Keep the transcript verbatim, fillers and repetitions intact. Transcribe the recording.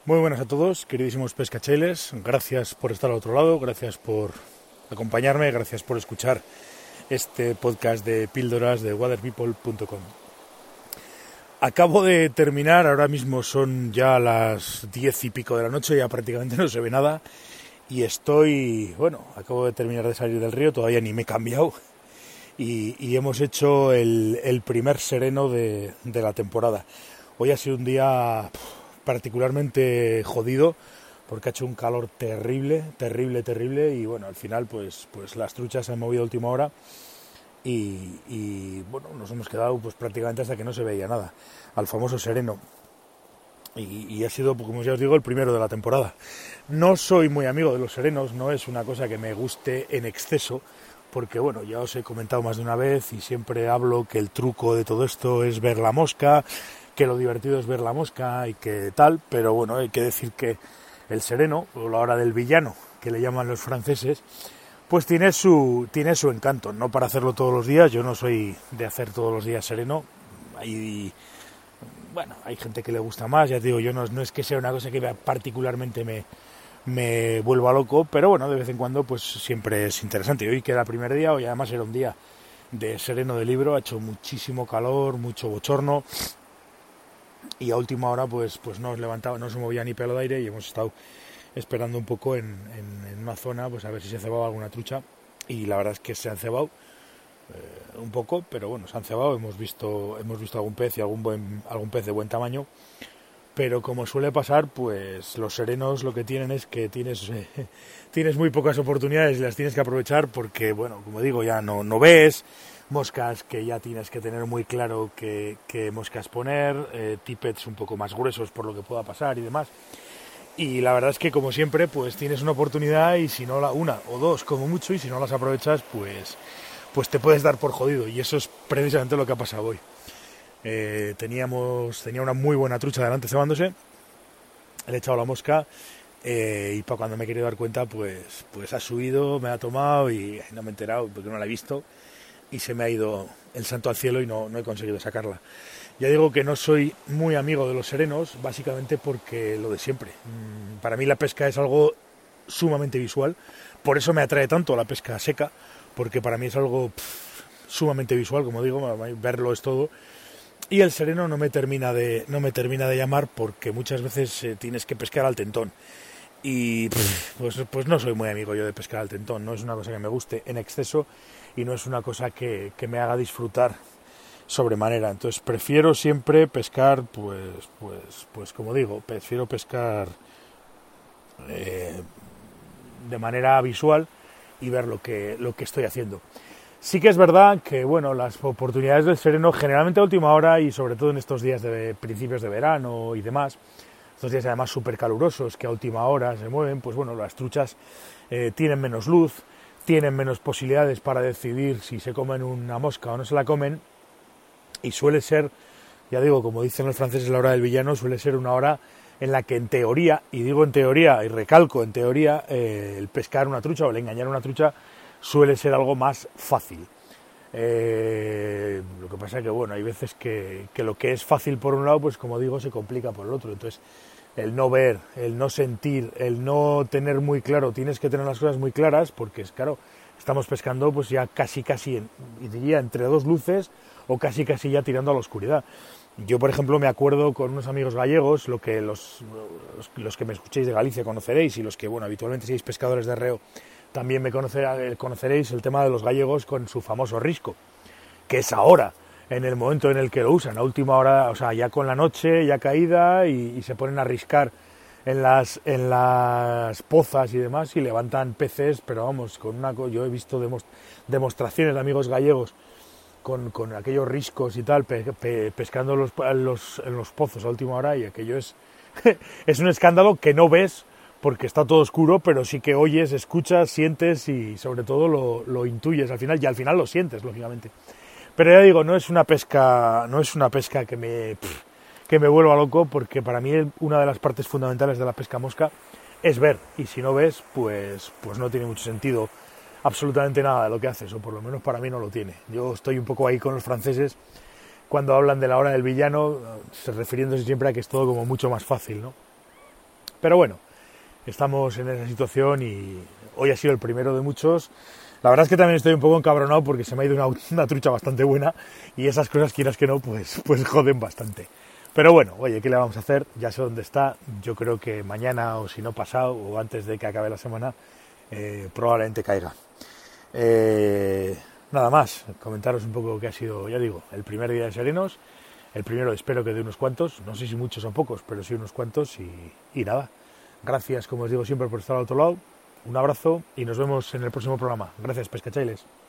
Muy buenas a todos, queridísimos pescachailes. Gracias por estar al otro lado, gracias por acompañarme, gracias por escuchar este podcast de píldoras de water people punto com. Acabo de terminar, ahora mismo son ya las diez y pico de la noche, ya prácticamente no se ve nada. Y estoy, bueno, acabo de terminar de salir del río, todavía ni me he cambiado. Y, y hemos hecho el, el primer sereno de, de la temporada. Hoy ha sido un día particularmente jodido porque ha hecho un calor terrible, terrible, terrible y bueno, al final pues, pues las truchas se han movido a última hora y, y bueno, nos hemos quedado pues prácticamente hasta que no se veía nada, al famoso sereno. Y, y ha sido, como ya os digo, el primero de la temporada. No soy muy amigo de los serenos, no es una cosa que me guste en exceso, porque bueno, ya os he comentado más de una vez y siempre hablo que el truco de todo esto es ver la mosca, que lo divertido es ver la mosca y que tal, pero bueno, hay que decir que el sereno, o la hora del villano, que le llaman los franceses, pues tiene su, tiene su encanto, no para hacerlo todos los días, yo no soy de hacer todos los días sereno, hay, bueno, hay gente que le gusta más, ya te digo, yo no, no es que sea una cosa que particularmente me, me vuelva loco, pero bueno, de vez en cuando pues siempre es interesante. Y hoy que era el primer día, hoy además era un día de sereno de libro, ha hecho muchísimo calor, mucho bochorno, y a última hora pues pues no os levantaba, no se movía ni pelo de aire y hemos estado esperando un poco en, en, en una zona pues a ver si se cebaba alguna trucha y la verdad es que se han cebado eh, un poco, pero bueno, se han cebado, hemos visto hemos visto algún pez y algún buen algún pez de buen tamaño, pero como suele pasar, pues los serenos lo que tienen es que tienes eh, tienes muy pocas oportunidades y las tienes que aprovechar porque bueno, como digo, ya no no ves moscas que ya tienes que tener muy claro qué, qué moscas poner, eh, tippets un poco más gruesos por lo que pueda pasar y demás. Y la verdad es que como siempre, pues tienes una oportunidad y si no la una o dos como mucho y si no las aprovechas, pues, pues te puedes dar por jodido. Y eso es precisamente lo que ha pasado hoy. Eh, teníamos, tenía una muy buena trucha delante cebándose, le he echado la mosca eh, y para cuando me he querido dar cuenta, pues, pues ha subido, me ha tomado y no me he enterado porque no la he visto. Y se me ha ido el santo al cielo y no, no he conseguido sacarla. Ya digo que no soy muy amigo de los serenos, básicamente porque lo de siempre. Para mí la pesca es algo sumamente visual, por eso me atrae tanto la pesca seca, porque para mí es algo pff, sumamente visual, como digo, verlo es todo. Y el sereno no me termina de, no me termina de llamar porque muchas veces eh, tienes que pescar al tentón. Y pff, pues, pues no soy muy amigo yo de pescar al tentón, no es una cosa que me guste en exceso y no es una cosa que, que me haga disfrutar sobremanera. Entonces prefiero siempre pescar, pues, pues, pues como digo, prefiero pescar eh, de manera visual y ver lo que, lo que estoy haciendo. Sí que es verdad que bueno, las oportunidades del sereno generalmente a última hora y sobre todo en estos días de principios de verano y demás, estos días además súper calurosos que a última hora se mueven, pues bueno, las truchas eh, tienen menos luz, tienen menos posibilidades para decidir si se comen una mosca o no se la comen y suele ser, ya digo, como dicen los franceses, la hora del villano, suele ser una hora en la que en teoría, y digo en teoría y recalco en teoría, eh, el pescar una trucha o el engañar una trucha suele ser algo más fácil. Eh, lo que pasa es que bueno, hay veces que, que lo que es fácil por un lado, pues como digo, se complica por el otro. Entonces el no ver, el no sentir, el no tener muy claro, tienes que tener las cosas muy claras porque es claro, estamos pescando pues ya casi casi, en, diría, entre dos luces o casi casi ya tirando a la oscuridad. Yo por ejemplo me acuerdo con unos amigos gallegos, lo que los, los, los que me escuchéis de Galicia conoceréis y los que bueno habitualmente seáis pescadores de reo también me conoceréis el tema de los gallegos con su famoso risco, que es ahora, en el momento en el que lo usan, a última hora, o sea, ya con la noche, ya caída, y, y se ponen a riscar en las, en las pozas y demás, y levantan peces, pero vamos, con una yo he visto demostraciones de amigos gallegos con, con aquellos riscos y tal, pe, pe, pescando los, los, en los pozos a última hora, y aquello es, es un escándalo que no ves, porque está todo oscuro, pero sí que oyes, escuchas, sientes y sobre todo lo, lo intuyes al final, y al final lo sientes, lógicamente. Pero ya digo, no es una pesca, no es una pesca que me, pff, que me vuelva loco, porque para mí una de las partes fundamentales de la pesca mosca es ver, y si no ves, pues, pues no tiene mucho sentido absolutamente nada de lo que haces, o por lo menos para mí no lo tiene. Yo estoy un poco ahí con los franceses cuando hablan de la hora del villano, refiriéndose siempre a que es todo como mucho más fácil, ¿no? Pero bueno, estamos en esa situación y hoy ha sido el primero de muchos. La verdad es que también estoy un poco encabronado porque se me ha ido una, una trucha bastante buena y esas cosas, quieras que no, pues, pues joden bastante. Pero bueno, oye, ¿qué le vamos a hacer? Ya sé dónde está. Yo creo que mañana, o si no pasado, o antes de que acabe la semana, eh, probablemente caiga. Eh, nada más, comentaros un poco que ha sido, ya digo, el primer día de serenos. El primero espero que de unos cuantos, no sé si muchos o pocos, pero sí unos cuantos y, y nada. Gracias, como os digo siempre, por estar al otro lado. Un abrazo y nos vemos en el próximo programa. Gracias, pescachailes.